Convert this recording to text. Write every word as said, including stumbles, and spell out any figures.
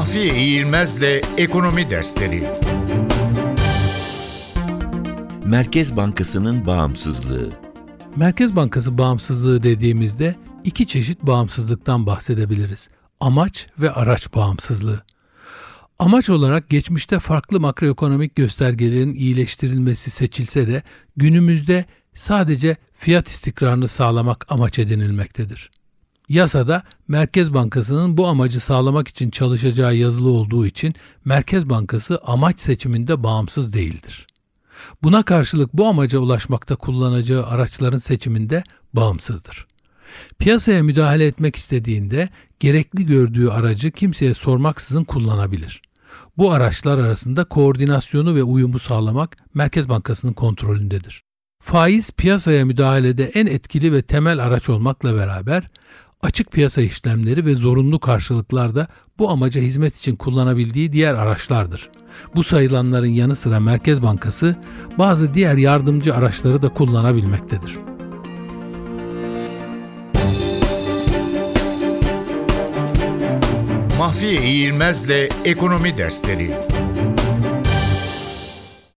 Mahfiye İğilmez'le Ekonomi Dersleri. Merkez Bankası'nın bağımsızlığı. Merkez Bankası bağımsızlığı dediğimizde iki çeşit bağımsızlıktan bahsedebiliriz. Amaç ve araç bağımsızlığı. Amaç olarak geçmişte farklı makroekonomik göstergelerin iyileştirilmesi seçilse de günümüzde sadece fiyat istikrarını sağlamak amaç edinilmektedir. Yasada Merkez Bankası'nın bu amacı sağlamak için çalışacağı yazılı olduğu için Merkez Bankası amaç seçiminde bağımsız değildir. Buna karşılık bu amaca ulaşmakta kullanacağı araçların seçiminde bağımsızdır. Piyasaya müdahale etmek istediğinde gerekli gördüğü aracı kimseye sormaksızın kullanabilir. Bu araçlar arasında koordinasyonu ve uyumu sağlamak Merkez Bankası'nın kontrolündedir. Faiz piyasaya müdahalede en etkili ve temel araç olmakla beraber açık piyasa işlemleri ve zorunlu karşılıklar da bu amaca hizmet için kullanabildiği diğer araçlardır. Bu sayılanların yanı sıra Merkez Bankası bazı diğer yardımcı araçları da kullanabilmektedir. Mahfiye İğilmez'le Ekonomi Dersleri.